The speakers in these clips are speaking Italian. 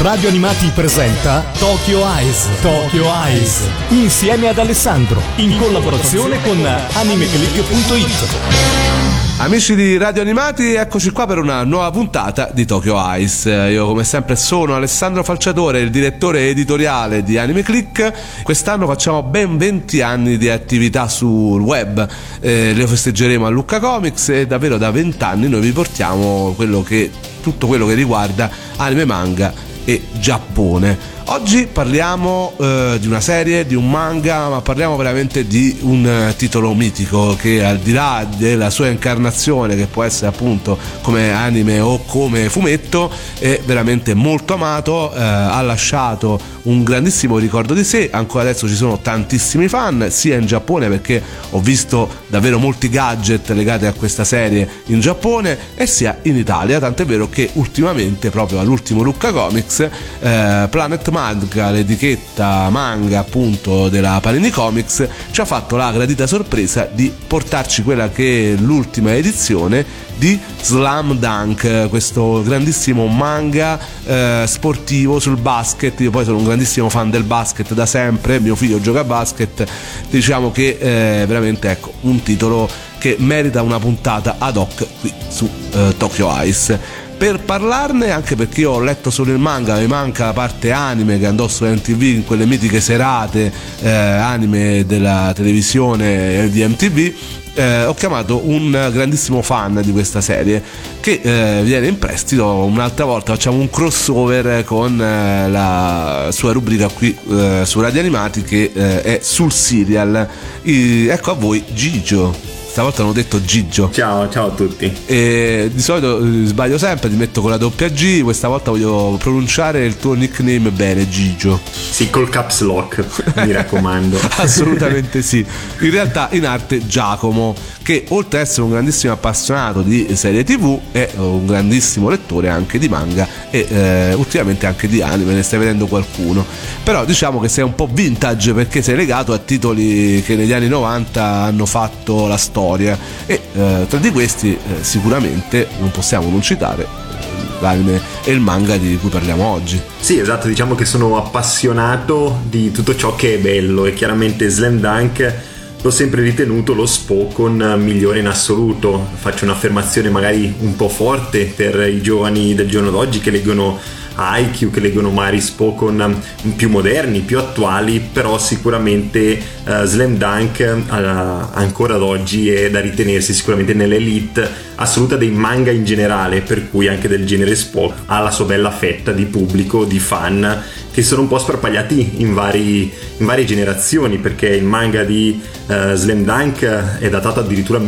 Radio Animati presenta Tokyo Eyes. Tokyo Eyes. Insieme ad Alessandro. In collaborazione con animeclick.it. Amici di Radio Animati, eccoci qua per una nuova puntata di Tokyo Eyes. Io come sempre sono Alessandro Falciatore, il direttore editoriale di Anime Click. Quest'anno facciamo ben 20 anni di attività sul web, le festeggeremo a Lucca Comics e davvero da 20 anni noi vi portiamo tutto quello che riguarda anime, manga e Giappone. Oggi parliamo di una serie, di un manga, ma parliamo veramente di un titolo mitico che, al di là della sua incarnazione, che può essere appunto come anime o come fumetto, è veramente molto amato, ha lasciato un grandissimo ricordo di sé. Ancora adesso ci sono tantissimi fan, sia in Giappone, perché ho visto davvero molti gadget legati a questa serie in Giappone, e sia in Italia, tant'è vero che ultimamente, proprio all'ultimo Lucca Comics, Planet Manga, l'etichetta manga appunto della Panini Comics, ci ha fatto la gradita sorpresa di portarci quella che è l'ultima edizione di Slam Dunk, questo grandissimo manga sportivo sul basket. Io poi sono un grandissimo fan del basket da sempre, mio figlio gioca a basket, diciamo che veramente, ecco, un titolo che merita una puntata ad hoc qui su Tokyo Eyes. Per parlarne, anche perché io ho letto solo il manga, mi manca la parte anime che andò su MTV in quelle mitiche serate anime della televisione di MTV, ho chiamato un grandissimo fan di questa serie che viene in prestito. Un'altra volta facciamo un crossover con la sua rubrica qui su Radio Animati, che è sul serial. Ecco a voi Gigio. Stavolta hanno detto Gigio. Ciao a tutti. E di solito sbaglio sempre, ti metto con la doppia G. Questa volta voglio pronunciare il tuo nickname bene, Gigio. Sì, col caps lock, mi raccomando. Assolutamente sì. In realtà in arte Giacomo, che oltre ad essere un grandissimo appassionato di serie TV è un grandissimo lettore anche di manga e ultimamente anche di anime, ne stai vedendo qualcuno. Però diciamo che sei un po' vintage, perché sei legato a titoli che negli anni 90 hanno fatto la storia, e tra di questi sicuramente non possiamo non citare l'anime e il manga di cui parliamo oggi. Sì, esatto, diciamo che sono appassionato di tutto ciò che è bello, e chiaramente Slam Dunk l'ho sempre ritenuto lo Spokon migliore in assoluto. Faccio un'affermazione magari un po' forte per i giovani del giorno d'oggi che leggono Haikyuu, che leggono magari Spokon più moderni, più attuali, però sicuramente Slam Dunk ancora ad oggi è da ritenersi sicuramente nell'elite assoluta dei manga in generale, per cui anche del genere Spokon ha la sua bella fetta di pubblico, di fan, che sono un po' sparpagliati in varie generazioni, perché il manga di Slam Dunk è datato addirittura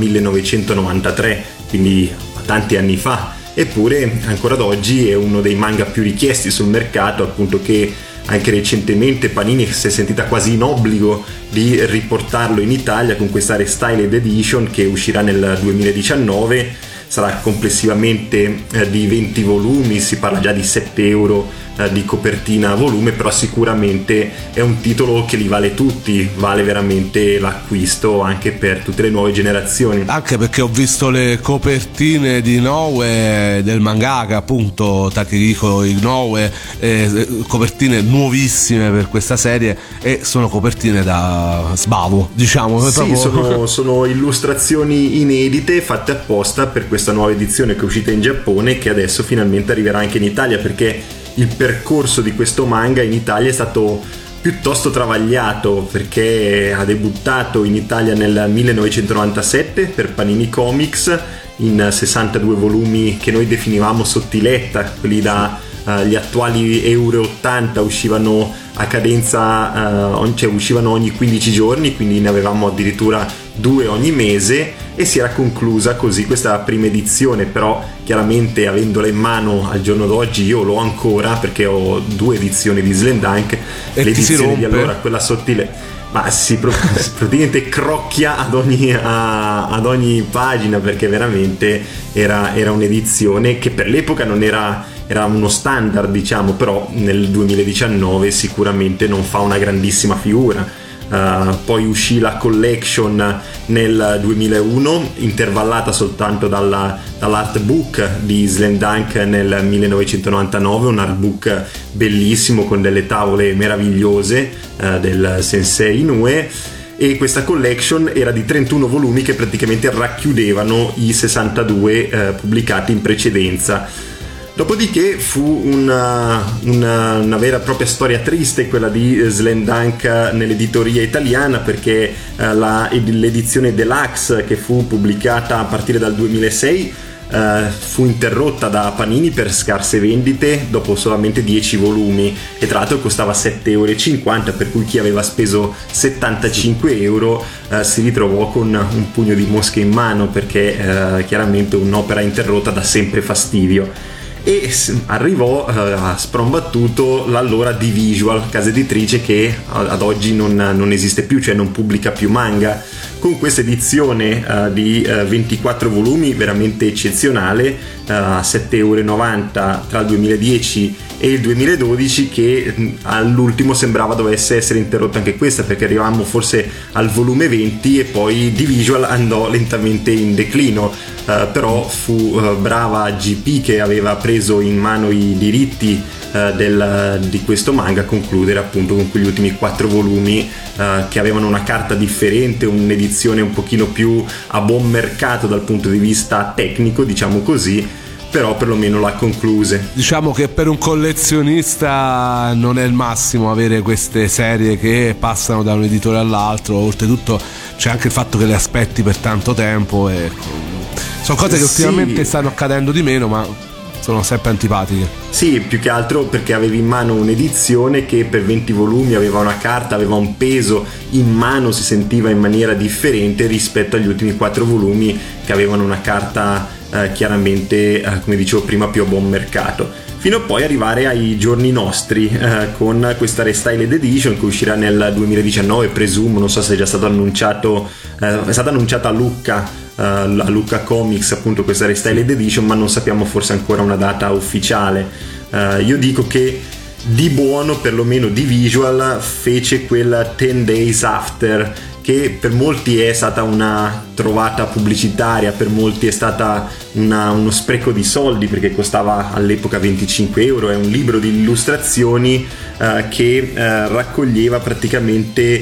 1993, quindi tanti anni fa. Eppure ancora ad oggi è uno dei manga più richiesti sul mercato, appunto, che anche recentemente Panini si è sentita quasi in obbligo di riportarlo in Italia con questa Restyled Edition che uscirà nel 2019. Sarà complessivamente di 20 volumi, si parla già di 7 euro di copertina a volume, però sicuramente è un titolo che li vale tutti, vale veramente l'acquisto anche per tutte le nuove generazioni. Anche perché ho visto le copertine di Inoue, del mangaka appunto Takehiko Inoue, copertine nuovissime per questa serie, e sono copertine da sbavo, diciamo. Sì, proprio... sono illustrazioni inedite fatte apposta per questa nuova edizione che è uscita in Giappone, che adesso finalmente arriverà anche in Italia, perché il percorso di questo manga in Italia è stato piuttosto travagliato, perché ha debuttato in Italia nel 1997 per Panini Comics in 62 volumi che noi definivamo sottiletta, quelli da gli attuali euro 80 uscivano a cadenza, cioè uscivano ogni 15 giorni, quindi ne avevamo addirittura 2 ogni mese, e si era conclusa così questa prima edizione. Però chiaramente, avendola in mano al giorno d'oggi, io l'ho ancora perché ho 2 edizioni di Slam Dunk, e l'edizione di allora, quella sottile, ma si praticamente crocchia ad ogni pagina, perché veramente era un'edizione che per l'epoca non era uno standard, diciamo, però nel 2019 sicuramente non fa una grandissima figura. poi uscì la collection nel 2001, intervallata soltanto dall'artbook di Slam Dunk nel 1999, un artbook bellissimo con delle tavole meravigliose del sensei Inoue. E questa collection era di 31 volumi che praticamente racchiudevano i 62 pubblicati in precedenza. Dopodiché fu una vera e propria storia triste quella di Slam Dunk nell'editoria italiana, perché l'edizione deluxe, che fu pubblicata a partire dal 2006, fu interrotta da Panini per scarse vendite dopo solamente 10 volumi, e tra l'altro costava 7,50 €, per cui chi aveva speso 75 € si ritrovò con un pugno di mosche in mano, perché chiaramente un'opera interrotta dà sempre fastidio. E arrivò a sprombattuto l'allora D-Visual, casa editrice che ad oggi non esiste più, cioè non pubblica più manga, con questa edizione di 24 volumi veramente eccezionale, a 7,90 € tra il 2010 e il 2012, che all'ultimo sembrava dovesse essere interrotta anche questa, perché arrivavamo forse al volume 20 e poi D-Visual andò lentamente in declino. Però fu brava GP, che aveva preso in mano i diritti di questo manga, a concludere appunto con quegli ultimi 4 volumi che avevano una carta differente, un'edizione un pochino più a buon mercato dal punto di vista tecnico, diciamo così, però perlomeno l'ha concluse. Diciamo che per un collezionista non è il massimo avere queste serie che passano da un editore all'altro, oltretutto c'è anche il fatto che le aspetti per tanto tempo, e sono cose che ultimamente stanno accadendo di meno, ma sono sempre antipatiche. Sì, più che altro perché avevi in mano un'edizione che per 20 volumi aveva una carta, aveva un peso in mano, si sentiva in maniera differente rispetto agli ultimi 4 volumi che avevano una carta chiaramente, come dicevo prima, più a buon mercato. Fino a poi arrivare ai giorni nostri con questa Restyled Edition che uscirà nel 2019, presumo, non so se è già stato annunciato, è stata annunciata a Lucca Comics appunto questa Restyled Edition, ma non sappiamo forse ancora una data ufficiale. Io dico che di buono perlomeno D-Visual fece quel 10 Days After, che per molti è stata una trovata pubblicitaria, per molti è stata uno spreco di soldi, perché costava all'epoca 25 €. È un libro di illustrazioni che raccoglieva praticamente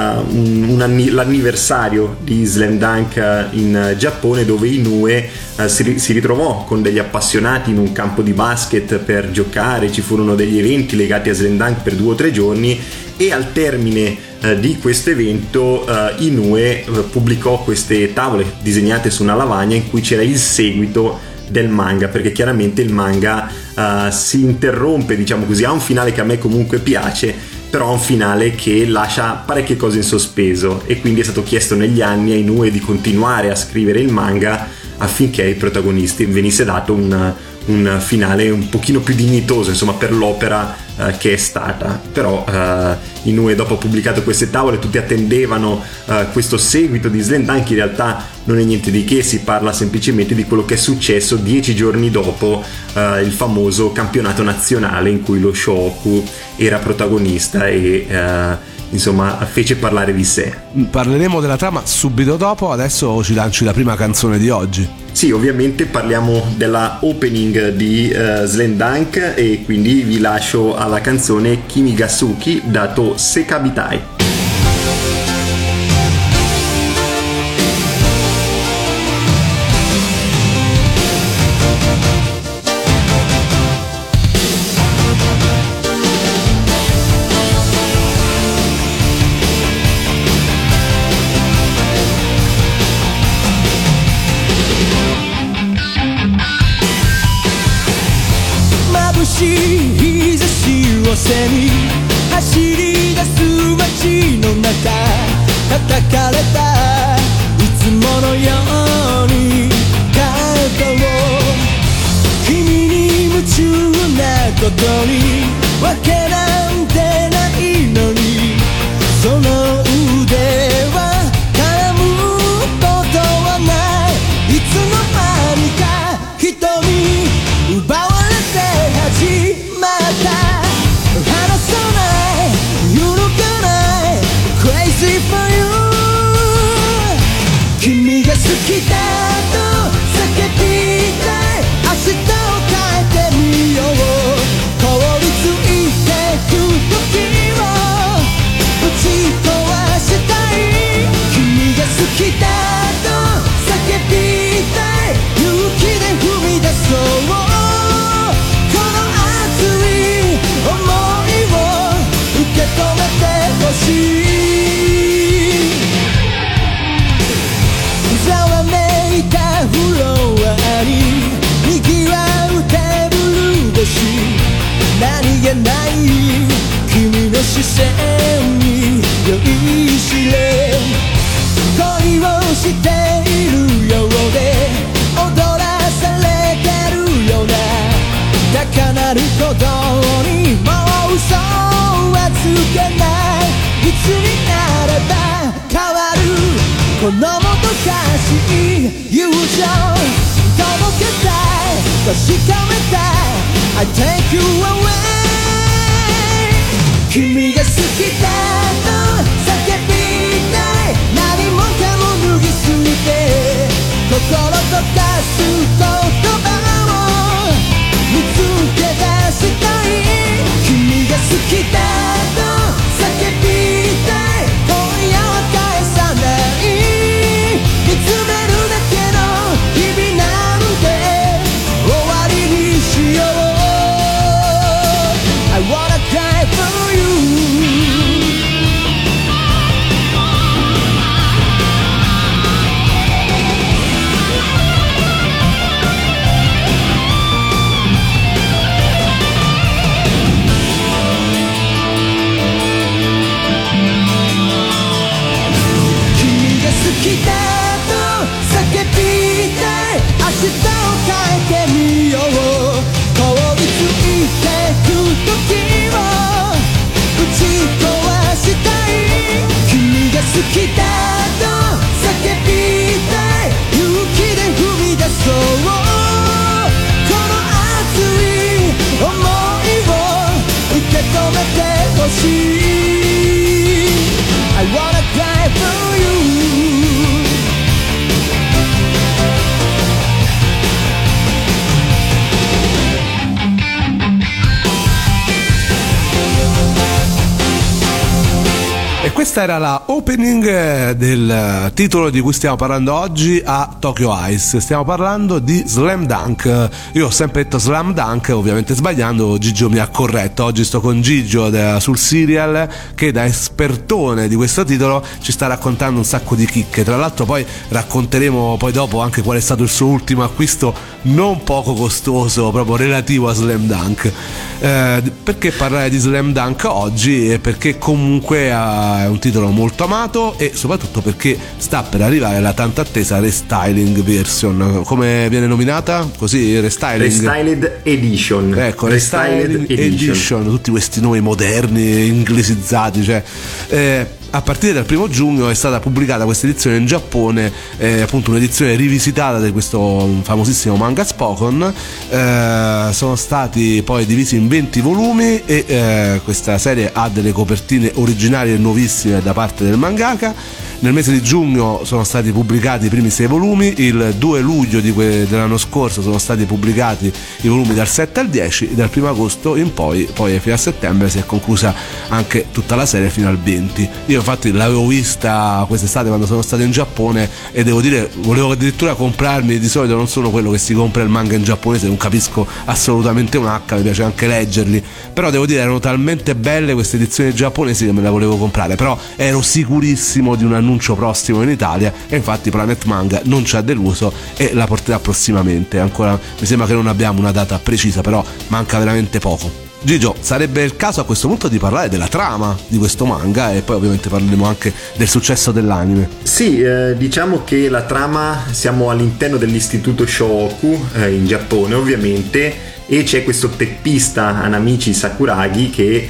l'anniversario di Slam Dunk in Giappone, dove Inoue si ritrovò con degli appassionati in un campo di basket per giocare. Ci furono degli eventi legati a Slam Dunk per 2 o 3 giorni, e al termine di questo evento Inoue pubblicò queste tavole disegnate su una lavagna in cui c'era il seguito del manga, perché chiaramente il manga si interrompe, diciamo così, ha un finale che a me comunque piace, però ha un finale che lascia parecchie cose in sospeso, e quindi è stato chiesto negli anni a Inoue di continuare a scrivere il manga affinché ai protagonisti venisse dato un finale un pochino più dignitoso, insomma, per l'opera che è stata. Però Inoue, dopo ha pubblicato queste tavole, tutti attendevano questo seguito di Slam Dunk. In realtà non è niente di che, si parla semplicemente di quello che è successo 10 giorni dopo il famoso campionato nazionale in cui lo Shohoku era protagonista e insomma fece parlare di sé. Parleremo della trama subito dopo, adesso ci lanci la prima canzone di oggi. Sì, ovviamente parliamo della opening di Slam Dunk, e quindi vi lascio alla canzone Kimigasuki dato Sekabitai. 離さない揺るがない Crazy げない君の視線に酔いしれ恋をしているようで踊らされてるような高鳴る鼓動にもう嘘はつけないいつになれば変わるこのもどかしい友情届けたい確かめたい I take you away 君が好きだと叫びたい何もかも脱ぎすぎて心溶かす言葉を見つけ出したい君が好きだと叫びたい今夜は返さない見つめるだけの日々なんて終わりにしよう I wanna cry for you好きだと叫びたい明日を変えてみよう凍りついてく時を打ち壊したい君が好きだと叫びたい勇気で踏み出そうこの熱い想いを受け止めてほしい I wanna cry for you E questa era la opening del titolo di cui stiamo parlando oggi a Tokyo Ice. Stiamo parlando di Slam Dunk. Io ho sempre detto Slam Dunk, ovviamente sbagliando, Gigio mi ha corretto. Oggi sto con Gigio sul serial che da espertone di questo titolo ci sta raccontando un sacco di chicche. Tra l'altro poi racconteremo poi dopo anche qual è stato il suo ultimo acquisto non poco costoso, proprio relativo a Slam Dunk. Perché parlare di Slam Dunk oggi? Perché comunque è un titolo molto amato e soprattutto perché sta per arrivare la tanto attesa restyling version. Come viene nominata? Così, Restyled Edition. Ecco, Restyled Edition. Tutti questi nomi moderni, inglesizzati, cioè a partire dal 1 giugno è stata pubblicata questa edizione in Giappone, appunto un'edizione rivisitata di questo famosissimo manga Spokon. Sono stati poi divisi in 20 volumi e questa serie ha delle copertine originali e nuovissime da parte del mangaka. Nel mese di giugno sono stati pubblicati i primi 6 volumi, il 2 luglio dell'anno scorso sono stati pubblicati i volumi dal 7 al 10 e dal 1 agosto in poi fino a settembre si è conclusa anche tutta la serie fino al 20. Io infatti l'avevo vista quest'estate quando sono stato in Giappone e devo dire, volevo addirittura comprarmi, di solito non sono quello che si compra il manga in giapponese, non capisco assolutamente un H, mi piace anche leggerli, però devo dire erano talmente belle queste edizioni giapponesi che me la volevo comprare, però ero sicurissimo di un annuncio prossimo in Italia e infatti Planet Manga non ci ha deluso e la porterà prossimamente. Ancora mi sembra che non abbiamo una data precisa, però manca veramente poco. Gigio, sarebbe il caso a questo punto di parlare della trama di questo manga e poi ovviamente parleremo anche del successo dell'anime. Sì, diciamo che la trama, siamo all'interno dell'istituto Shohoku in Giappone ovviamente, e c'è questo teppista Hanamichi Sakuragi che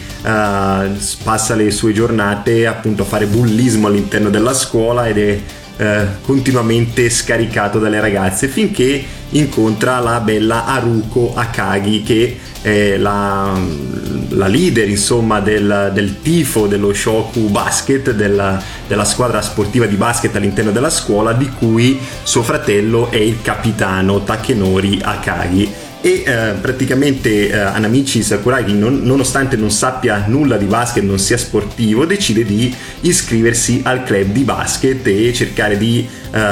passa le sue giornate appunto a fare bullismo all'interno della scuola ed è continuamente scaricato dalle ragazze finché incontra la bella Haruko Akagi che è la leader insomma del tifo dello Shohoku Basket, della squadra sportiva di basket all'interno della scuola, di cui suo fratello è il capitano Takenori Akagi. E praticamente Hanamichi Sakuragi nonostante non sappia nulla di basket, non sia sportivo, decide di iscriversi al club di basket e cercare di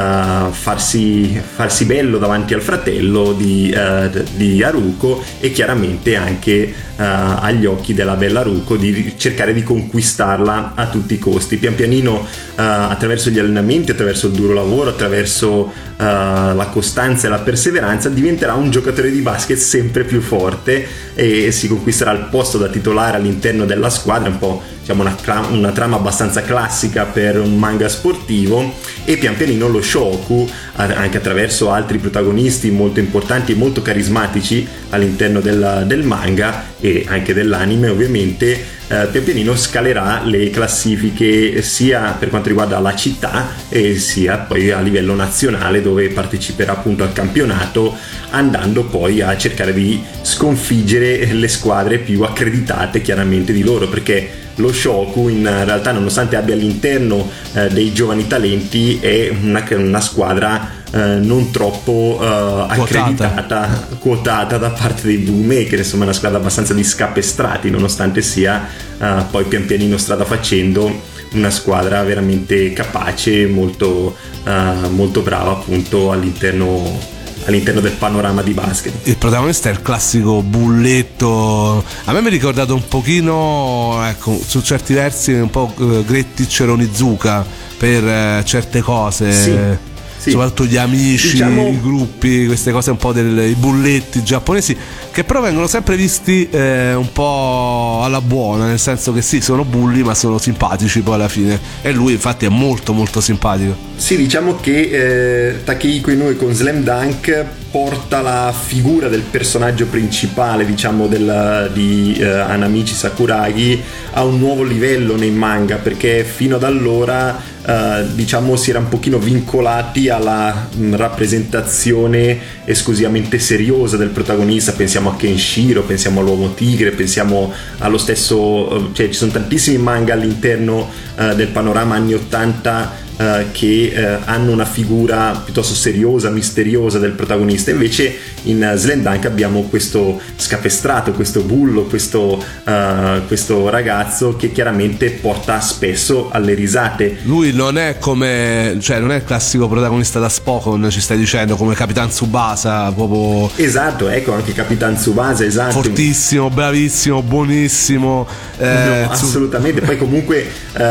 farsi bello davanti al fratello di Haruko e chiaramente anche agli occhi della bella Haruko, di cercare di conquistarla a tutti i costi. Pian pianino attraverso gli allenamenti, attraverso il duro lavoro, attraverso la costanza e la perseveranza diventerà un giocatore di basket basket sempre più forte e si conquisterà il posto da titolare all'interno della squadra, un po' diciamo una trama abbastanza classica per un manga sportivo, e pian pianino lo Shoku, anche attraverso altri protagonisti molto importanti e molto carismatici all'interno del manga e anche dell'anime ovviamente, pian pianino scalerà le classifiche sia per quanto riguarda la città e sia poi a livello nazionale, dove parteciperà appunto al campionato, andando poi a cercare di sconfiggere le squadre più accreditate chiaramente di loro, perché lo Shoku in realtà, nonostante abbia all'interno dei giovani talenti, è una squadra non troppo accreditata, quotata da parte dei bookmaker, insomma una squadra abbastanza di scapestrati, nonostante sia poi pian pianino strada facendo una squadra veramente capace, molto brava appunto all'interno del panorama di basket. Il protagonista è il classico bulletto, a me mi ha ricordato un pochino, ecco, su certi versi un po' Grettic Onizuka per certe cose. Sì. Soprattutto gli amici, diciamo, i gruppi, queste cose un po' i bulletti giapponesi, che però vengono sempre visti un po' alla buona, nel senso che sì, sono bulli ma sono simpatici poi alla fine, e lui infatti è molto molto simpatico. Sì, diciamo che Takehiko Inoue con Slam Dunk porta la figura del personaggio principale, diciamo, di Hanamichi Sakuragi a un nuovo livello nei manga, perché fino ad allora diciamo si era un pochino vincolati alla rappresentazione esclusivamente seriosa del protagonista. Pensiamo a Kenshiro, pensiamo all'Uomo Tigre, pensiamo allo stesso, cioè ci sono tantissimi manga all'interno del panorama anni 80 che hanno una figura piuttosto seriosa, misteriosa del protagonista. Invece in Slam Dunk abbiamo questo scapestrato, questo bullo, questo ragazzo che chiaramente porta spesso alle risate. Lui non è come, cioè non è il classico protagonista da Spokon, ci stai dicendo, come Capitan Tsubasa proprio. Esatto, ecco, anche Capitan Tsubasa, esatto, fortissimo, bravissimo, buonissimo, no, assolutamente. Poi comunque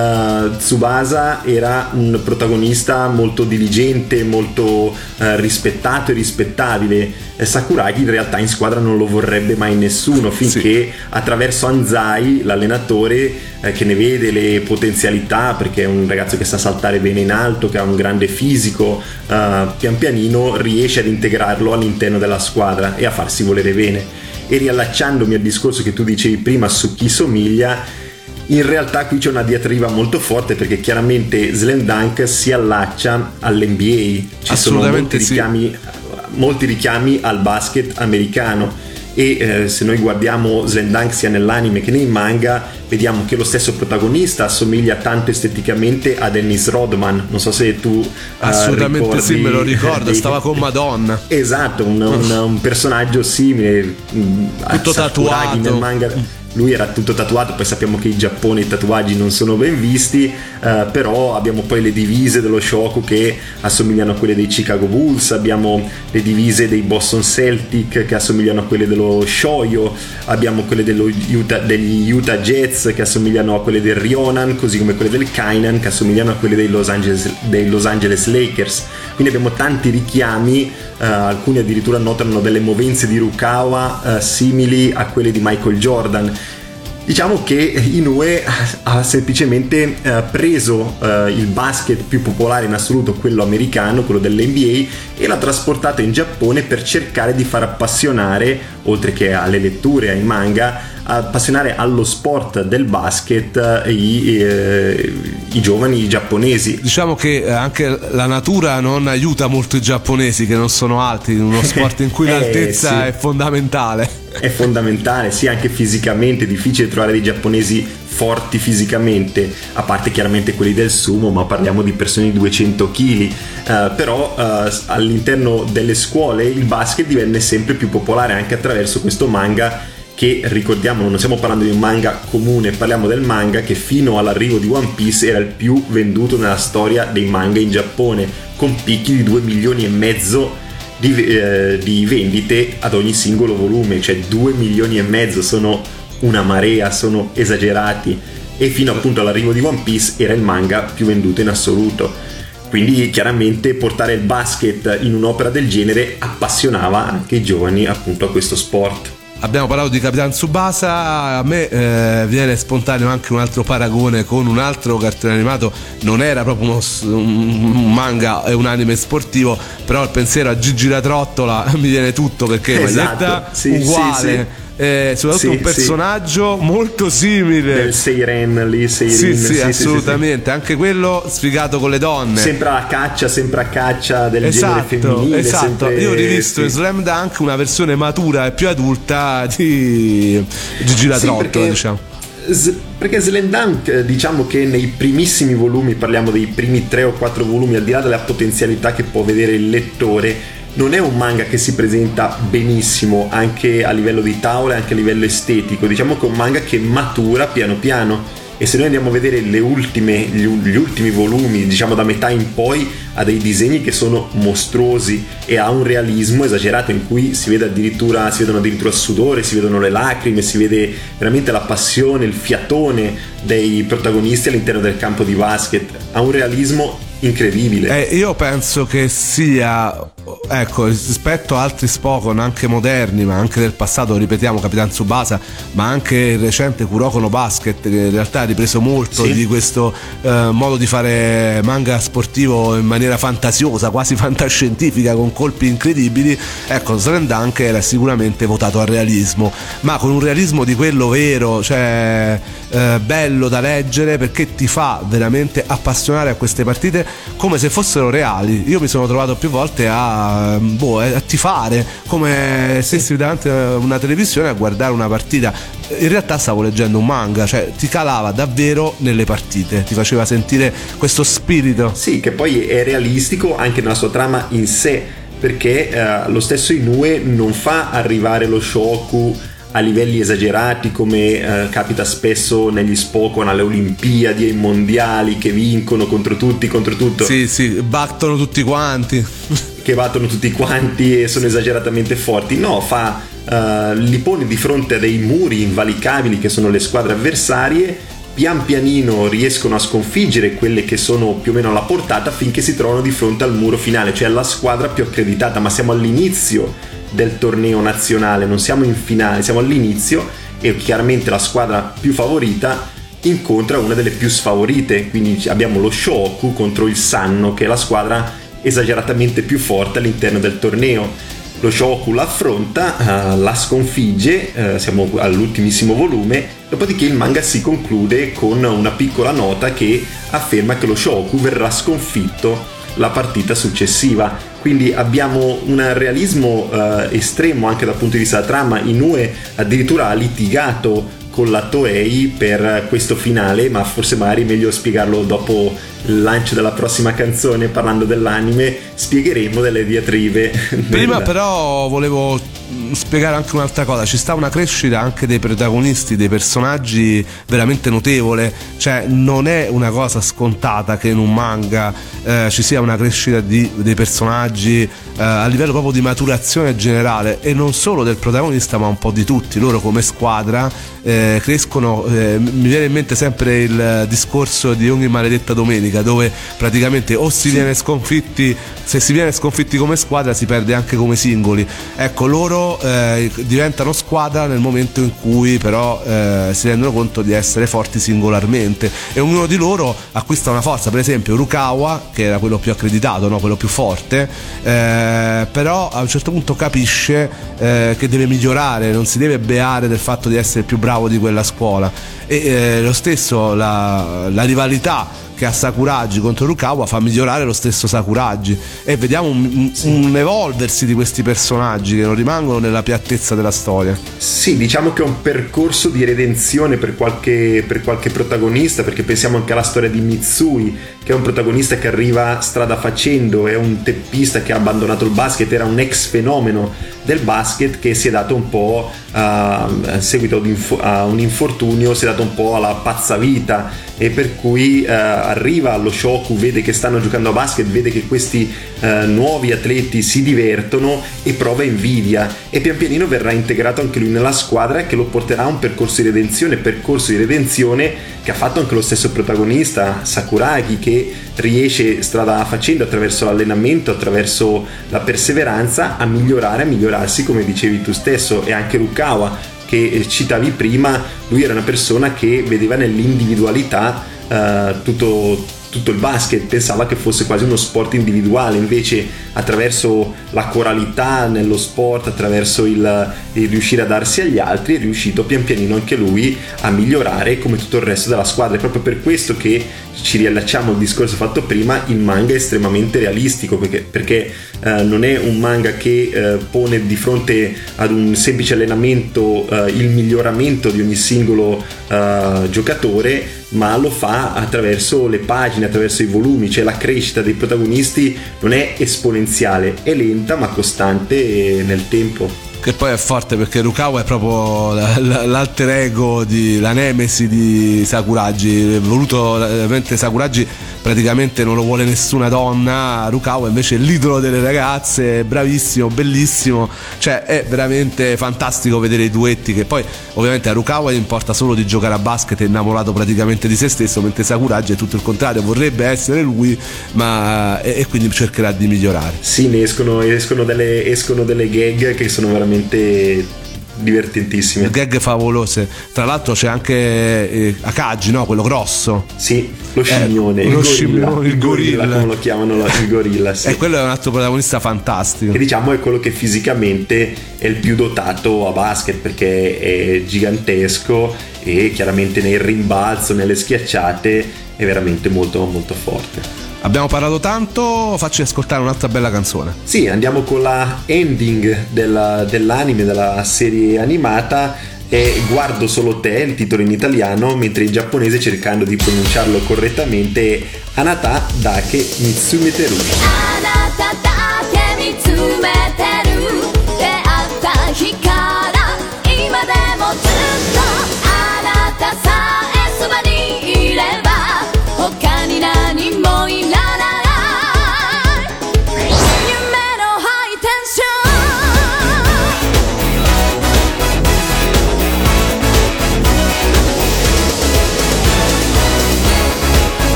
Tsubasa era un protagonista molto diligente, molto rispettato e rispettabile. Sakuragi in realtà in squadra non lo vorrebbe mai nessuno, finché attraverso Anzai, l'allenatore, che ne vede le potenzialità, perché è un ragazzo che sa saltare bene in alto, che ha un grande fisico, pian pianino riesce ad integrarlo all'interno della squadra e a farsi volere bene. E riallacciandomi al discorso che tu dicevi prima su chi somiglia, in realtà qui c'è una diatriba molto forte, perché chiaramente Slam Dunk si allaccia all'NBA, ci sono molti richiami al basket americano, e se noi guardiamo Slam Dunk sia nell'anime che nei manga, vediamo che lo stesso protagonista assomiglia tanto esteticamente a Dennis Rodman. Non so se tu assolutamente sì, me lo ricordo, stava con Madonna. Esatto, un personaggio simile, tutto tatuato nel manga. Lui era tutto tatuato, poi sappiamo che in Giappone i tatuaggi non sono ben visti, però abbiamo poi le divise dello Shoku che assomigliano a quelle dei Chicago Bulls, abbiamo le divise dei Boston Celtic che assomigliano a quelle dello Shoyo, abbiamo quelle degli Utah Jazz che assomigliano a quelle del Rionan, così come quelle del Kainan che assomigliano a quelle dei Los Angeles Lakers. Quindi abbiamo tanti richiami, alcuni addirittura notano delle movenze di Rukawa simili a quelle di Michael Jordan. Diciamo che Inoue ha semplicemente preso il basket più popolare in assoluto, quello americano, quello dell'NBA, e l'ha trasportato in Giappone per cercare di far appassionare, oltre che alle letture, ai manga, appassionare allo sport del basket i giovani giapponesi. Diciamo che anche la natura non aiuta molto i giapponesi, che non sono alti, in uno sport in cui l'altezza è fondamentale. È fondamentale, sì, anche fisicamente è difficile trovare dei giapponesi forti fisicamente, a parte chiaramente quelli del sumo, ma parliamo di persone di 200 kg. Però all'interno delle scuole il basket divenne sempre più popolare anche attraverso questo manga, che ricordiamo non stiamo parlando di un manga comune, parliamo del manga che fino all'arrivo di One Piece era il più venduto nella storia dei manga in Giappone, con picchi di 2,5 milioni di vendite ad ogni singolo volume, cioè 2,5 milioni, sono una marea, sono esagerati, e fino appunto all'arrivo di One Piece era il manga più venduto in assoluto. Quindi chiaramente portare il basket in un'opera del genere appassionava anche i giovani appunto a questo sport. Abbiamo parlato di Capitan Tsubasa, a me viene spontaneo anche un altro paragone con un altro cartone animato, non era proprio un manga e un anime sportivo, però il pensiero a Gigi la Trottola mi viene tutto, perché esatto, uguale. Sì. Soprattutto un personaggio molto simile del Seiren lì, sì, assolutamente, anche quello sfigato con le donne, sempre a caccia del genere femminile. Esatto, io ho rivisto in Slam Dunk una versione matura e più adulta di Gigi la Trottola, diciamo. Perché Slam Dunk, diciamo che nei primissimi volumi, parliamo dei primi 3 o 4 volumi, al di là della potenzialità che può vedere il lettore, non è un manga che si presenta benissimo anche a livello di tavola e anche a livello estetico. Diciamo che è un manga che matura piano piano, e se noi andiamo a vedere gli ultimi volumi, diciamo da metà in poi, ha dei disegni che sono mostruosi e ha un realismo esagerato in cui si vedono addirittura il sudore, si vedono le lacrime, si vede veramente la passione, il fiatone dei protagonisti all'interno del campo di basket. Ha un realismo incredibile. Io penso che sia, ecco, rispetto a altri Spokon anche moderni, ma anche del passato, ripetiamo Capitan Tsubasa, ma anche il recente Kuroko no Basket, che in realtà ha ripreso molto di questo modo di fare manga sportivo in maniera fantasiosa, quasi fantascientifica, con colpi incredibili. Ecco, Slam Dunk era sicuramente votato al realismo, ma con un realismo di quello vero, cioè bello da leggere, perché ti fa veramente appassionare a queste partite come se fossero reali. Io mi sono trovato più volte a tifare come se stessi davanti a una televisione a guardare una partita. In realtà stavo leggendo un manga, cioè ti calava davvero nelle partite, ti faceva sentire questo spirito. Sì, che poi è realistico anche nella sua trama in sé, perché lo stesso Inoue non fa arrivare lo Shoku a livelli esagerati come capita spesso negli Spokon, alle Olimpiadi, ai mondiali, che vincono contro tutti, contro tutto. Sì, battono tutti quanti. Che battono tutti quanti e sono esageratamente forti. No, li pone di fronte a dei muri invalicabili che sono le squadre avversarie. Pian pianino riescono a sconfiggere quelle che sono più o meno alla portata, finché si trovano di fronte al muro finale, cioè alla squadra più accreditata. Ma siamo all'inizio del torneo nazionale, non siamo in finale, siamo all'inizio, e chiaramente la squadra più favorita incontra una delle più sfavorite. Quindi abbiamo lo Shoku contro il Sanno, che è la squadra esageratamente più forte all'interno del torneo. Lo Shoku la affronta, la sconfigge, siamo all'ultimissimo volume, dopodiché il manga si conclude con una piccola nota che afferma che lo Shoku verrà sconfitto la partita successiva. Quindi abbiamo un realismo estremo anche dal punto di vista della trama. Inoue addirittura ha litigato con la Toei per questo finale, ma forse magari è meglio spiegarlo dopo il lancio della prossima canzone. Parlando dell'anime spiegheremo delle diatribe. Prima però volevo spiegare anche un'altra cosa: ci sta una crescita anche dei protagonisti, dei personaggi veramente notevole, cioè non è una cosa scontata che in un manga ci sia una crescita dei personaggi a livello proprio di maturazione generale, e non solo del protagonista ma un po' di tutti. Loro come squadra crescono. Mi viene in mente sempre il discorso di ogni maledetta domenica, dove praticamente o si viene sconfitti, se si viene sconfitti come squadra si perde anche come singoli. Ecco, loro diventano squadra nel momento in cui però si rendono conto di essere forti singolarmente, e ognuno di loro acquista una forza. Per esempio Rukawa, che era quello più accreditato, no? Quello più forte, però a un certo punto capisce che deve migliorare, non si deve beare del fatto di essere più bravo di quella scuola. E lo stesso la rivalità che ha Sakuragi contro Rukawa fa migliorare lo stesso Sakuragi, e vediamo un evolversi di questi personaggi che non rimangono nella piattezza della storia. Sì, diciamo che è un percorso di redenzione per qualche protagonista, perché pensiamo anche alla storia di Mitsui, che è un protagonista che arriva strada facendo, è un teppista che ha abbandonato il basket, era un ex fenomeno del basket che si è dato un po' a seguito a un infortunio, si è dato un po' alla pazza vita, e per cui arriva allo Shoku, vede che stanno giocando a basket, vede che questi nuovi atleti si divertono e prova invidia, e pian pianino verrà integrato anche lui nella squadra, che lo porterà a un percorso di redenzione che ha fatto anche lo stesso protagonista Sakuragi, che che riesce strada facendo, attraverso l'allenamento, attraverso la perseveranza, a migliorarsi, come dicevi tu stesso. E anche Rukawa, che citavi prima, lui era una persona che vedeva nell'individualità tutto il basket, pensava che fosse quasi uno sport individuale, invece attraverso la coralità nello sport, attraverso il riuscire a darsi agli altri, è riuscito pian pianino anche lui a migliorare come tutto il resto della squadra. È proprio per questo che ci riallacciamo al discorso fatto prima: il manga è estremamente realistico, perché non è un manga che pone di fronte ad un semplice allenamento il miglioramento di ogni singolo giocatore, ma lo fa attraverso le pagine, attraverso i volumi. Cioè la crescita dei protagonisti non è esponenziale, è lenta ma costante nel tempo. Che poi è forte, perché Rukawa è proprio l'alter ego, la nemesi di Sakuragi. Voluto, mentre Sakuragi praticamente non lo vuole nessuna donna, Rukawa invece è l'idolo delle ragazze, bravissimo, bellissimo. Cioè è veramente fantastico vedere i duetti, che poi ovviamente a Rukawa gli importa solo di giocare a basket, è innamorato praticamente di se stesso, mentre Sakuragi è tutto il contrario, vorrebbe essere lui, ma e quindi cercherà di migliorare. Sì, ne escono delle gag che sono veramente divertentissime, gag favolose. Tra l'altro c'è anche Akagi, no? Quello grosso. Sì, lo scimmione, il gorilla, come lo chiamano, il gorilla, sì. E quello è un altro protagonista fantastico, che diciamo è quello che fisicamente è il più dotato a basket, perché è gigantesco e chiaramente nel rimbalzo, nelle schiacciate è veramente molto molto forte. Abbiamo parlato tanto, facci ascoltare un'altra bella canzone. Sì, andiamo con la ending dell'anime, della serie animata. È Guardo solo te, il titolo in italiano, mentre in giapponese, cercando di pronunciarlo correttamente, è Anata dake mitsumeteru. Anata dake mitsumeteru, deatta hikara, ima demo zutto, anata sae soba ni ireba, hoka ni nani mo iranai.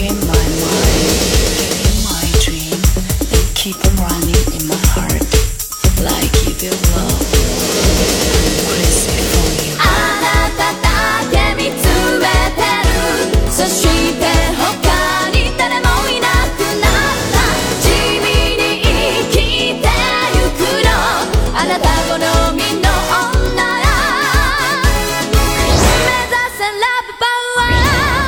in my mind, in my dream, they keep on running in my heart, like evil love, crazy for you. あなただけ見つめてる、そして他に誰もいなくなった、地味に生きてゆくの、あなた好みの女ら目指せラブパワー。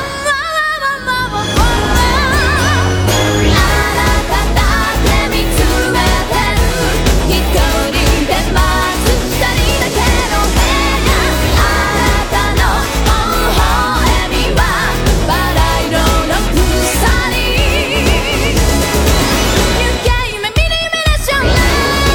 あなただけ見つめてる、一人で待つ二人だけの部屋、あなたの微笑みはバラ色の鎖、行け夢見る夢でしょう。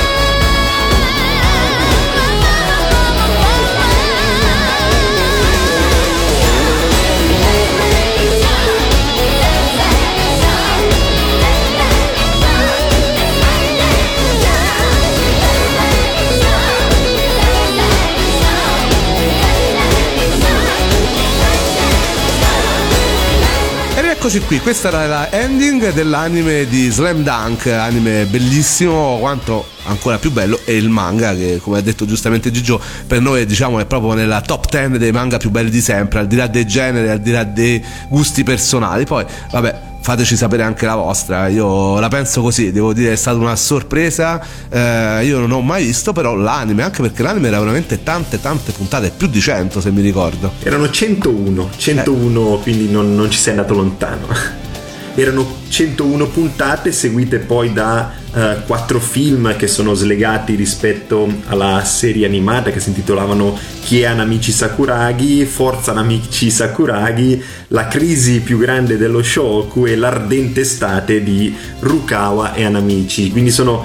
E rieccoci qui, questa era la ending dell'anime di Slam Dunk, anime bellissimo, quanto ancora più bello è il manga, che come ha detto giustamente Gigio, per noi diciamo è proprio nella top 10 dei manga più belli di sempre, al di là dei generi, al di là dei gusti personali. Poi vabbè, fateci sapere anche la vostra, io la penso così, devo dire è stata una sorpresa, io non ho mai visto però l'anime, anche perché l'anime era veramente tante puntate, più di 100 se mi ricordo. Erano 101, quindi non ci sei andato lontano. Erano 101 puntate seguite poi da 4 film che sono slegati rispetto alla serie animata, che si intitolavano Chi è Anamichi Sakuragi, Forza Anamichi Sakuragi, La crisi più grande dello Shoku e L'ardente estate di Rukawa e Anamichi. Quindi sono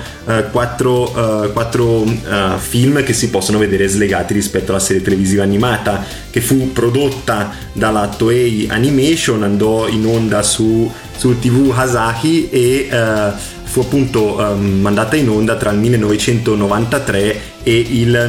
4 film che si possono vedere slegati rispetto alla serie televisiva animata, che fu prodotta dalla Toei Animation, andò in onda sul TV Asahi e fu appunto mandata in onda tra il 1993 e il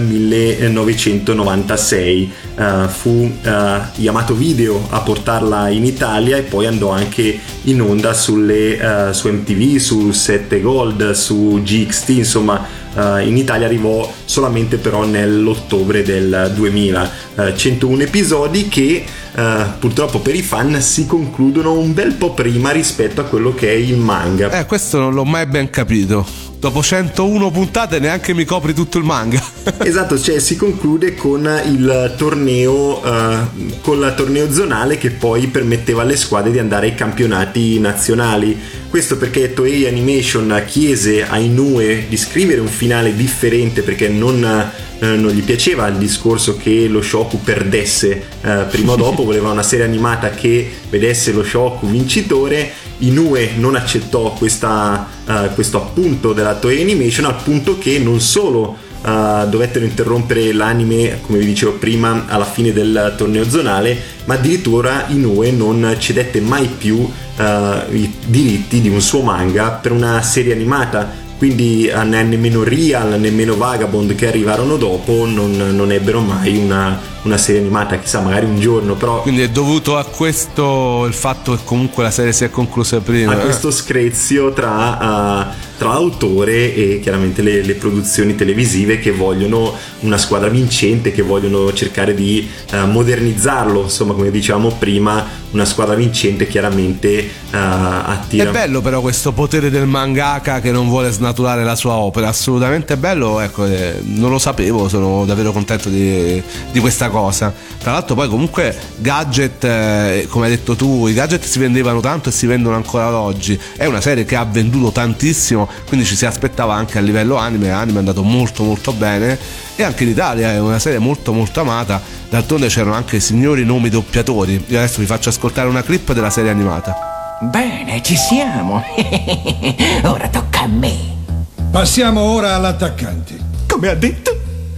1996. Fu Yamato Video a portarla in Italia e poi andò anche in onda su MTV, su 7 Gold, su GXT, insomma in Italia arrivò solamente però nell'ottobre del 2000. 101 episodi che purtroppo per i fan si concludono un bel po' prima rispetto a quello che è il manga. Questo non l'ho mai ben capito. Dopo 101 puntate neanche mi copri tutto il manga. Esatto, cioè si conclude con il torneo zonale che poi permetteva alle squadre di andare ai campionati nazionali. Questo perché Toei Animation chiese a Inoue di scrivere un finale differente, perché non gli piaceva il discorso che lo Shoku perdesse prima o dopo, voleva una serie animata che vedesse lo Shoku vincitore. Inoue non accettò questo appunto della Toei Animation, al punto che non solo dovettero interrompere l'anime, come vi dicevo prima, alla fine del torneo zonale, ma addirittura Inoue non cedette mai più i diritti di un suo manga per una serie animata. Quindi nemmeno Real, nemmeno Vagabond, che arrivarono dopo, non ebbero mai una serie animata, chissà, magari un giorno, però... Quindi è dovuto a questo il fatto che comunque la serie si è conclusa prima. A questo screzio tra l'autore e chiaramente le produzioni televisive, che vogliono una squadra vincente, che vogliono cercare di modernizzarlo, insomma, come dicevamo prima, una squadra vincente chiaramente attira. È bello però questo potere del mangaka che non vuole snaturare la sua opera, assolutamente bello, ecco, non lo sapevo, sono davvero contento di questa cosa. Tra l'altro poi comunque gadget, come hai detto tu, i gadget si vendevano tanto e si vendono ancora ad oggi, è una serie che ha venduto tantissimo, quindi ci si aspettava anche a livello anime è andato molto molto bene, e anche in Italia è una serie molto molto amata. D'altronde c'erano anche signori nomi doppiatori. Io adesso vi faccio ascoltare una clip della serie animata. Bene, ci siamo. Ora tocca a me. Passiamo ora all'attaccante. Come ha detto?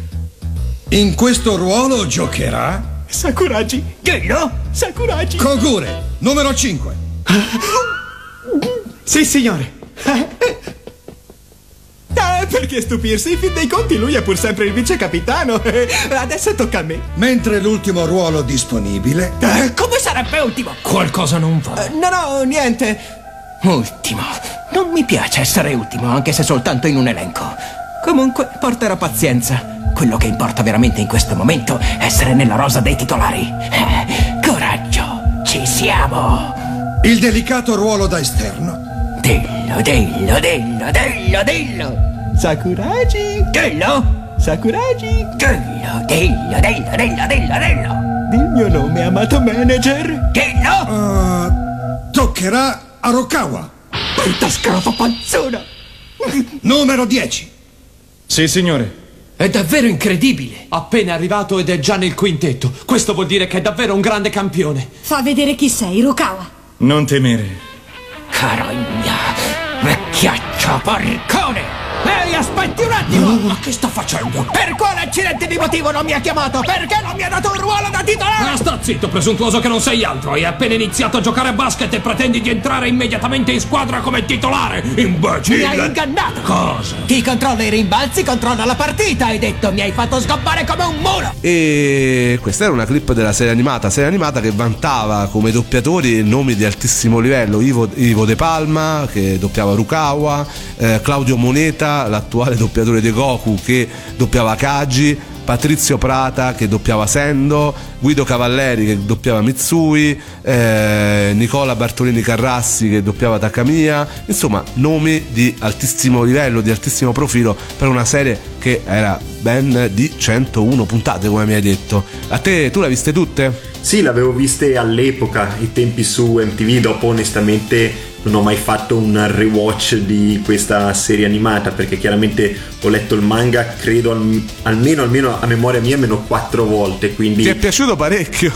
In questo ruolo giocherà Sakuragi. Che no? Sakuragi. Kogure, numero 5. Sì, signore. perché stupirsi? In fin dei conti lui è pur sempre il vice capitano. Adesso tocca a me. Mentre l'ultimo ruolo disponibile... Come sarebbe ultimo? Qualcosa non va. No, niente. Ultimo. Non mi piace essere ultimo, anche se soltanto in un elenco. Comunque, porterò pazienza. Quello che importa veramente in questo momento è essere nella rosa dei titolari. Coraggio, ci siamo. Il delicato ruolo da esterno. Dillo. Sakuragi. Dillo. Sakuragi. Dillo. Il mio nome, amato manager. Dillo. Toccherà a Rokawa. Brutta scrofa panzona. Numero 10. Sì, signore. È davvero incredibile. Appena arrivato ed è già nel quintetto. Questo vuol dire che è davvero un grande campione. Fa vedere chi sei, Rokawa. Non temere. Carogna. Vecchiaccio porcone. Ehi, aspetti un attimo! Ma che sto facendo? Per quale accidente di motivo non mi ha chiamato? Perché non mi ha dato un ruolo da titolare? Ma sta zitto, presuntuoso che non sei altro. Hai appena iniziato a giocare a basket e pretendi di entrare immediatamente in squadra come titolare. Imbecille! Mi hai ingannato! Cosa? Chi controlla i rimbalzi controlla la partita, hai detto. Mi hai fatto sgobbare come un mulo. E questa era una clip della serie animata che vantava come doppiatori nomi di altissimo livello: Ivo De Palma, che doppiava Rukawa, Claudio Moneta, l'attuale doppiatore di Goku, che doppiava Kaji, Patrizio Prata, che doppiava Sendo, Guido Cavalleri, che doppiava Mitsui, Nicola Bartolini Carrassi, che doppiava Takamiya. Insomma, nomi di altissimo livello, di altissimo profilo, per una serie che era ben di 101 puntate, come mi hai detto. A te, tu le hai viste tutte? Sì, l'avevo viste all'epoca, i tempi su MTV. Dopo onestamente non ho mai fatto un rewatch di questa serie animata, perché chiaramente ho letto il manga, credo almeno a memoria mia, almeno 4 volte, quindi... Ti è piaciuto parecchio?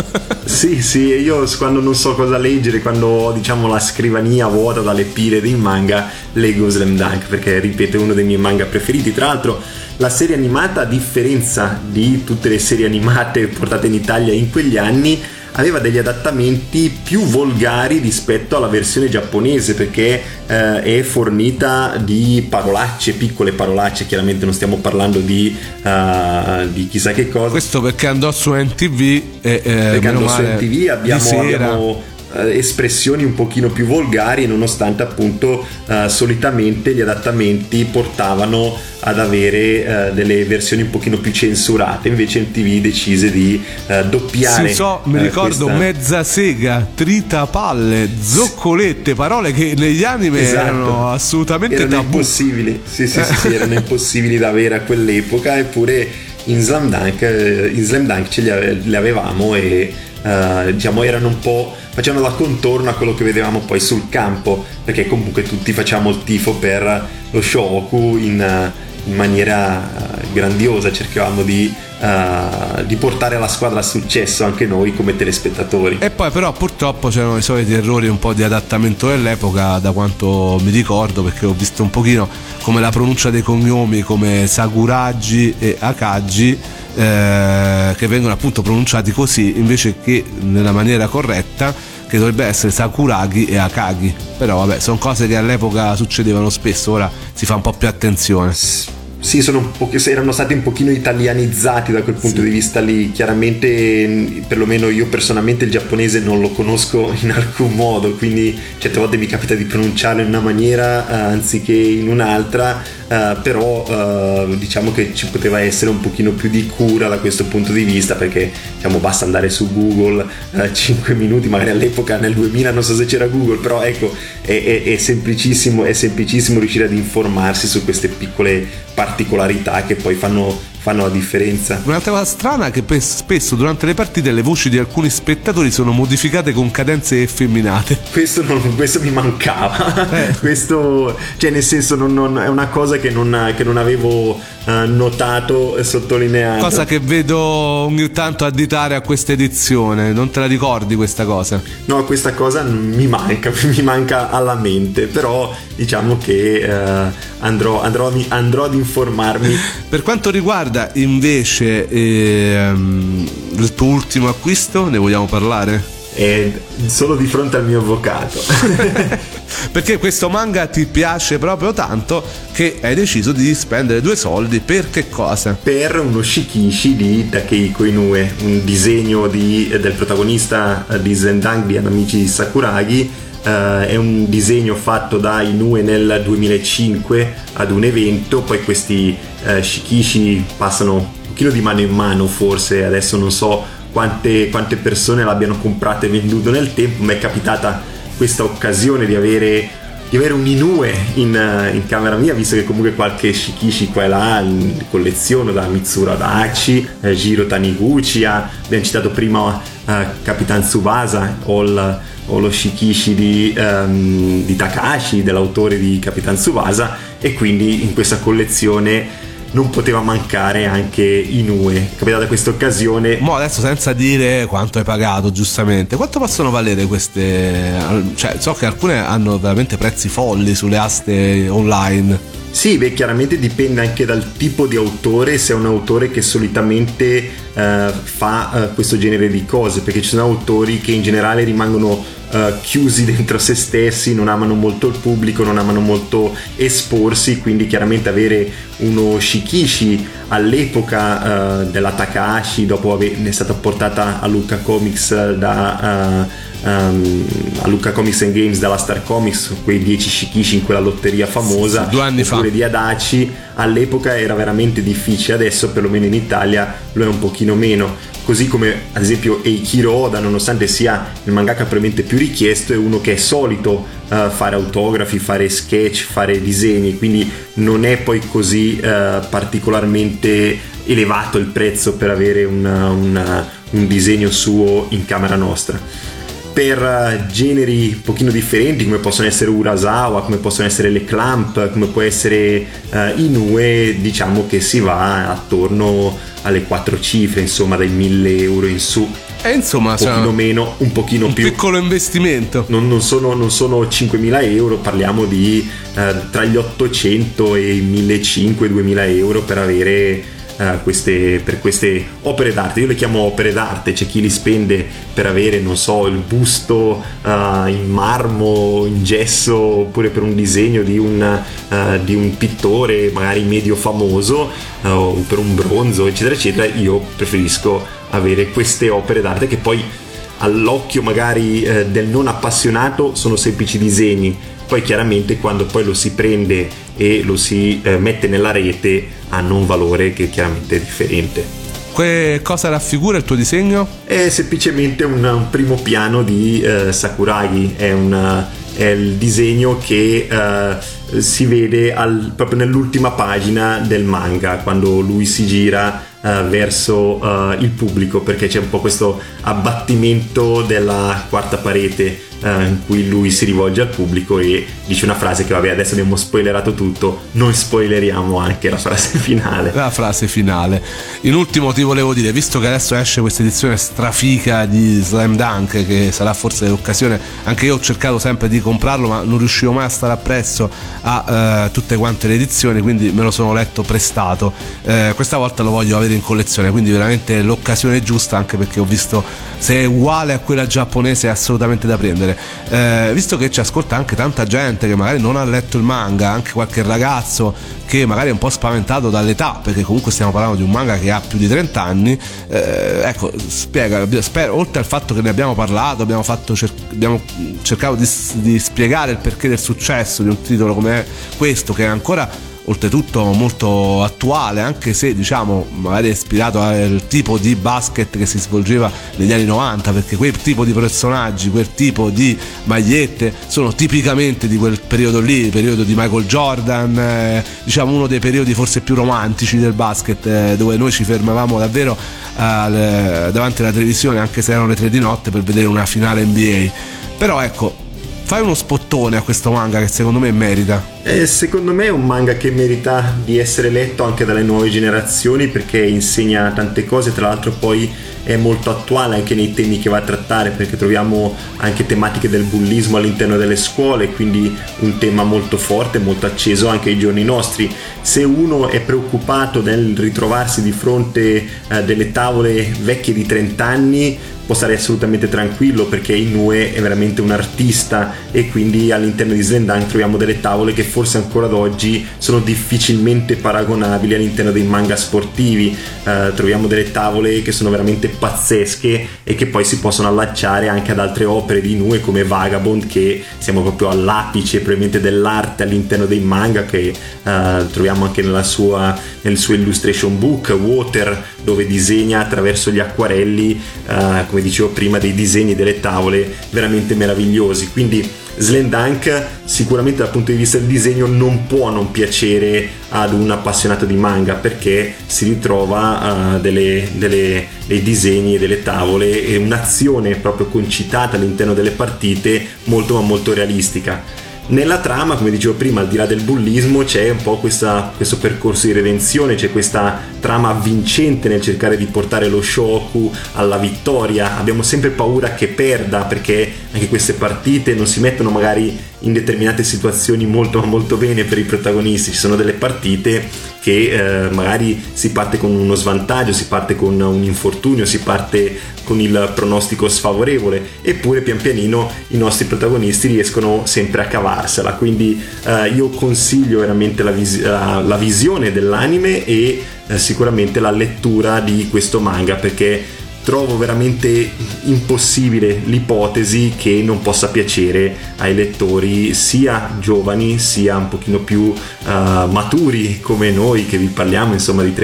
Sì, io quando non so cosa leggere, quando ho, diciamo, la scrivania vuota dalle pile dei manga, leggo Slam Dunk, perché, ripeto, è uno dei miei manga preferiti. Tra l'altro la serie animata, a differenza di tutte le serie animate portate in Italia in quegli anni, aveva degli adattamenti più volgari rispetto alla versione giapponese, perché è fornita di parolacce, piccole parolacce. Chiaramente non stiamo parlando di chissà che cosa. Questo perché andò su NTV perché andò su NTV abbiamo espressioni un pochino più volgari, nonostante appunto solitamente gli adattamenti portavano ad avere delle versioni un pochino più censurate. Invece MTV decise di doppiare. Mi ricordo questa... mezza sega, tritapalle, zoccolette, parole che negli anime erano assolutamente tabù. Impossibili. Sì, erano impossibili da avere a quell'epoca, eppure in Slam Dunk ce le avevamo e diciamo erano un po', facevano da contorno a quello che vedevamo poi sul campo, perché comunque tutti facciamo il tifo per lo Shohoku in maniera grandiosa. Cercavamo di portare la squadra a successo anche noi come telespettatori. E poi però purtroppo c'erano i soliti errori un po' di adattamento dell'epoca, da quanto mi ricordo, perché ho visto un pochino come la pronuncia dei cognomi come Sakuragi e Akagi, che vengono appunto pronunciati così invece che nella maniera corretta, che dovrebbe essere Sakuragi e Akagi. Però vabbè, sono cose che all'epoca succedevano spesso, ora si fa un po' più attenzione. Sì, erano stati un pochino italianizzati da quel punto di vista lì. Chiaramente, perlomeno io personalmente il giapponese non lo conosco in alcun modo, quindi certe volte mi capita di pronunciarlo in una maniera anziché in un'altra, però diciamo che ci poteva essere un pochino più di cura da questo punto di vista, perché diciamo basta andare su Google 5 minuti, magari all'epoca nel 2000 non so se c'era Google, però ecco è semplicissimo riuscire ad informarsi su queste piccole particolarità che poi fanno la differenza. Un'altra cosa strana è che spesso durante le partite le voci di alcuni spettatori sono modificate con cadenze effeminate. Questo mi mancava. Questo, cioè, nel senso, non è una cosa che non avevo notato e sottolineato. Cosa che vedo ogni tanto additare a questa edizione. Non te la ricordi questa cosa? No, questa cosa mi manca alla mente, però diciamo che andrò ad informarmi. Per quanto riguarda invece il tuo ultimo acquisto, ne vogliamo parlare? È solo di fronte al mio avvocato. perché questo manga ti piace proprio tanto che hai deciso di spendere 2 soldi per che cosa? Per uno shikishi di Takehiko Inoue, un disegno del protagonista di Slam di Hanamichi Sakuragi. È un disegno fatto da Inoue nel 2005 ad un evento, poi questi shikishi passano un pochino di mano in mano, forse adesso non so quante persone l'abbiano comprato e venduto nel tempo, ma è capitata questa occasione di avere un Inoue in camera mia, visto che comunque qualche shikishi qua e là colleziono, da Mitsuru Adachi, Jiro Taniguchi, abbiamo citato prima Capitan Tsubasa, o lo shikishi di Takahashi, dell'autore di Capitan Tsubasa, e quindi in questa collezione non poteva mancare anche Inoue. È capitata questa occasione. Mo adesso, senza dire quanto hai pagato, giustamente, quanto possono valere queste? Cioè, so che alcune hanno veramente prezzi folli sulle aste online. Sì, chiaramente dipende anche dal tipo di autore, se è un autore che solitamente fa questo genere di cose, perché ci sono autori che in generale rimangono chiusi dentro se stessi, non amano molto il pubblico, non amano molto esporsi, quindi chiaramente avere uno shikishi all'epoca della Takahashi, dopo ne è stata portata a Lucca Comics a Lucca Comics and Games dalla Star Comics, quei 10 shikishi in quella lotteria famosa, sì, 2 anni fa, di Adachi, all'epoca era veramente difficile, adesso perlomeno in Italia lo è un pochino meno. Così come ad esempio Eiichiro Oda, nonostante sia il mangaka probabilmente più richiesto, è uno che è solito fare autografi, fare sketch, fare disegni, quindi non è poi così particolarmente elevato il prezzo per avere un disegno suo in camera nostra. Per generi un pochino differenti, come possono essere Urasawa, come possono essere le Clamp, come può essere Inoue, diciamo che si va attorno alle 4 cifre, insomma dai 1.000 euro in su. E insomma, un pochino meno, un pochino più. Un piccolo investimento. Non sono 5.000 euro, parliamo di tra gli 800 e i 1.500-2.000 euro per avere per queste opere d'arte. Io le chiamo opere d'arte, c'è chi li spende per avere, non so, il busto in marmo, in gesso, oppure per un disegno di un pittore magari medio famoso, o per un bronzo, eccetera eccetera. Io preferisco avere queste opere d'arte che poi all'occhio magari del non appassionato sono semplici disegni, poi chiaramente quando poi lo si prende e lo si mette nella rete hanno un valore che chiaramente è differente. Cosa raffigura il tuo disegno? È semplicemente un primo piano di Sakuragi, è il disegno che si vede proprio nell'ultima pagina del manga, quando lui si gira verso il pubblico, perché c'è un po' questo abbattimento della quarta parete in cui lui si rivolge al pubblico e dice una frase che, vabbè, adesso abbiamo spoilerato tutto, noi spoileriamo anche la frase finale. La frase finale. In ultimo ti volevo dire, visto che adesso esce questa edizione strafica di Slam Dunk, che sarà forse l'occasione, anche io ho cercato sempre di comprarlo ma non riuscivo mai a stare appresso a tutte quante le edizioni, quindi me lo sono letto prestato. Questa volta lo voglio avere in collezione, quindi veramente l'occasione giusta, anche perché ho visto se è uguale a quella giapponese è assolutamente da prendere. Visto che ci ascolta anche tanta gente che magari non ha letto il manga, anche qualche ragazzo che magari è un po' spaventato dall'età, perché comunque stiamo parlando di un manga che ha più di 30 anni, ecco, spiega, oltre al fatto che ne abbiamo parlato, abbiamo cercato di spiegare il perché del successo di un titolo come questo, che è ancora oltretutto molto attuale, anche se diciamo magari è ispirato al tipo di basket che si svolgeva negli anni 90, perché quel tipo di personaggi, quel tipo di magliette sono tipicamente di quel periodo lì, il periodo di Michael Jordan, diciamo uno dei periodi forse più romantici del basket, dove noi ci fermavamo davvero davanti alla televisione, anche se erano le 3 di notte, per vedere una finale NBA. Però ecco, fai uno spottone a questo manga che secondo me merita. Secondo me è un manga che merita di essere letto anche dalle nuove generazioni, perché insegna tante cose, tra l'altro poi è molto attuale anche nei temi che va a trattare, perché troviamo anche tematiche del bullismo all'interno delle scuole, quindi un tema molto forte, molto acceso anche ai giorni nostri. Se uno è preoccupato nel ritrovarsi di fronte delle tavole vecchie di 30 anni, può stare assolutamente tranquillo, perché Inoue è veramente un artista, e quindi all'interno di Slam Dunk troviamo delle tavole che forse ancora ad oggi sono difficilmente paragonabili all'interno dei manga sportivi. Troviamo delle tavole che sono veramente pazzesche e che poi si possono allacciare anche ad altre opere di Inoue come Vagabond, che siamo proprio all'apice probabilmente dell'arte all'interno dei manga, che troviamo anche nel suo illustration book Water, dove disegna attraverso gli acquarelli, come dicevo prima, dei disegni delle tavole veramente meravigliosi. Quindi Slam Dunk sicuramente dal punto di vista del disegno non può non piacere ad un appassionato di manga, perché si ritrova dei disegni e delle tavole e un'azione proprio concitata all'interno delle partite molto ma molto realistica. Nella trama, come dicevo prima, al di là del bullismo c'è un po' questo percorso di redenzione, c'è questa trama avvincente nel cercare di portare lo Shoku alla vittoria. Abbiamo sempre paura che perda, perché anche queste partite non si mettono magari in determinate situazioni molto molto bene per i protagonisti. Ci sono delle partite che magari si parte con uno svantaggio, si parte con un infortunio, si parte con il pronostico sfavorevole, eppure pian pianino i nostri protagonisti riescono sempre a cavarsela. Quindi io consiglio veramente la visione dell'anime e sicuramente la lettura di questo manga, perché trovo veramente impossibile l'ipotesi che non possa piacere ai lettori sia giovani sia un pochino più maturi come noi, che vi parliamo insomma di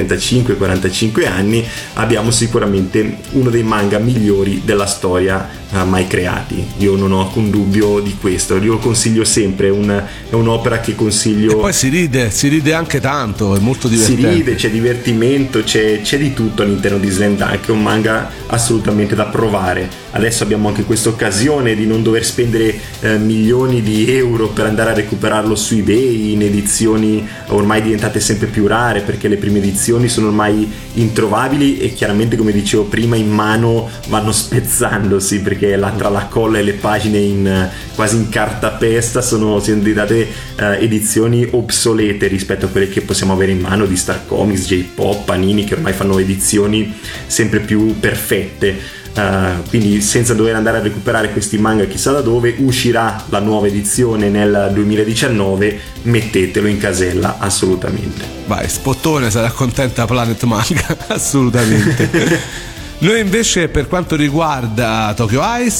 35-45 anni. Abbiamo sicuramente uno dei manga migliori della storia mai creati. Io non ho alcun dubbio di questo, io lo consiglio sempre, è un'opera che consiglio. E poi si ride anche tanto, è molto divertente. Si ride, c'è divertimento, c'è di tutto all'interno di Slam Dunk. È un manga assolutamente da provare. Adesso abbiamo anche questa occasione di non dover spendere milioni di euro per andare a recuperarlo su eBay in edizioni ormai diventate sempre più rare, perché le prime edizioni sono ormai introvabili e chiaramente, come dicevo prima, in mano vanno spezzandosi, perché tra la colla e le pagine quasi in cartapesta sono diventate edizioni obsolete rispetto a quelle che possiamo avere in mano di Star Comics, J-Pop, Panini, che ormai fanno edizioni sempre più perfette. Quindi senza dover andare a recuperare questi manga chissà da dove, uscirà la nuova edizione nel 2019, mettetelo in casella assolutamente. Vai, spottone, sarà contenta Planet Manga assolutamente. Noi invece, per quanto riguarda Tokyo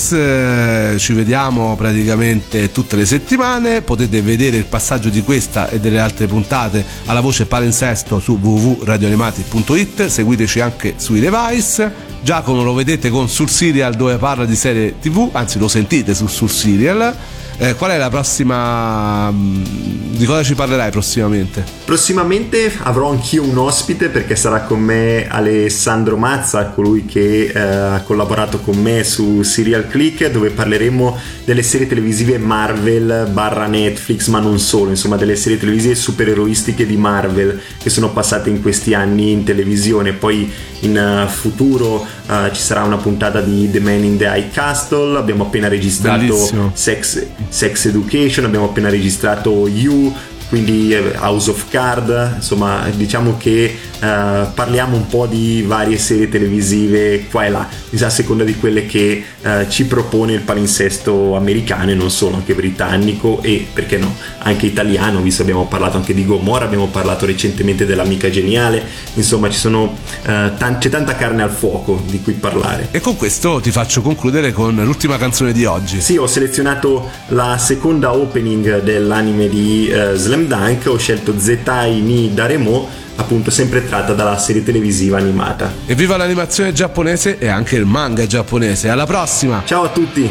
Ice, ci vediamo praticamente tutte le settimane. Potete vedere il passaggio di questa e delle altre puntate alla voce palinsesto su www.radioanimati.it. seguiteci anche sui device. Giacomo lo vedete con Sul Serial, dove parla di serie TV, anzi lo sentite su Sul Serial. Qual è la prossima? Di cosa ci parlerai prossimamente? Prossimamente avrò anch'io un ospite, perché sarà con me Alessandro Mazza, colui che ha collaborato con me su Serial Click, dove parleremo delle serie televisive Marvel / Netflix, ma non solo, insomma delle serie televisive supereroistiche di Marvel che sono passate in questi anni in televisione. Poi in futuro ci sarà una puntata di The Man in the High Castle, abbiamo appena registrato Sex Education, abbiamo appena registrato You, quindi House of Card, insomma diciamo che parliamo un po' di varie serie televisive qua e là, a seconda di quelle che ci propone il palinsesto americano e non solo, anche britannico e perché no anche italiano, visto abbiamo parlato anche di Gomorra, abbiamo parlato recentemente dell'Amica Geniale, insomma ci sono c'è tanta carne al fuoco di cui parlare. E con questo ti faccio concludere con l'ultima canzone di oggi. Sì, ho selezionato la seconda opening dell'anime di Slam Dunk, ho scelto Zetai ni Daremo, appunto sempre tratta dalla serie televisiva animata. Evviva l'animazione giapponese e anche il manga giapponese. Alla prossima, ciao a tutti.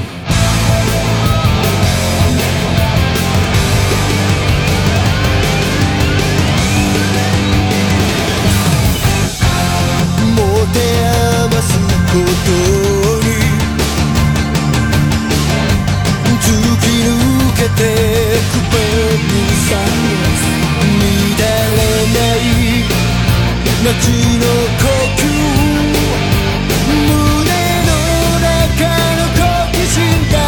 夏の呼吸胸の中の好奇心だ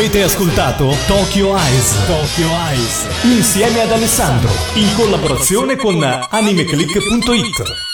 Avete ascoltato Tokyo Eyes. Tokyo Eyes. Insieme ad Alessandro. In collaborazione con animeclick.it.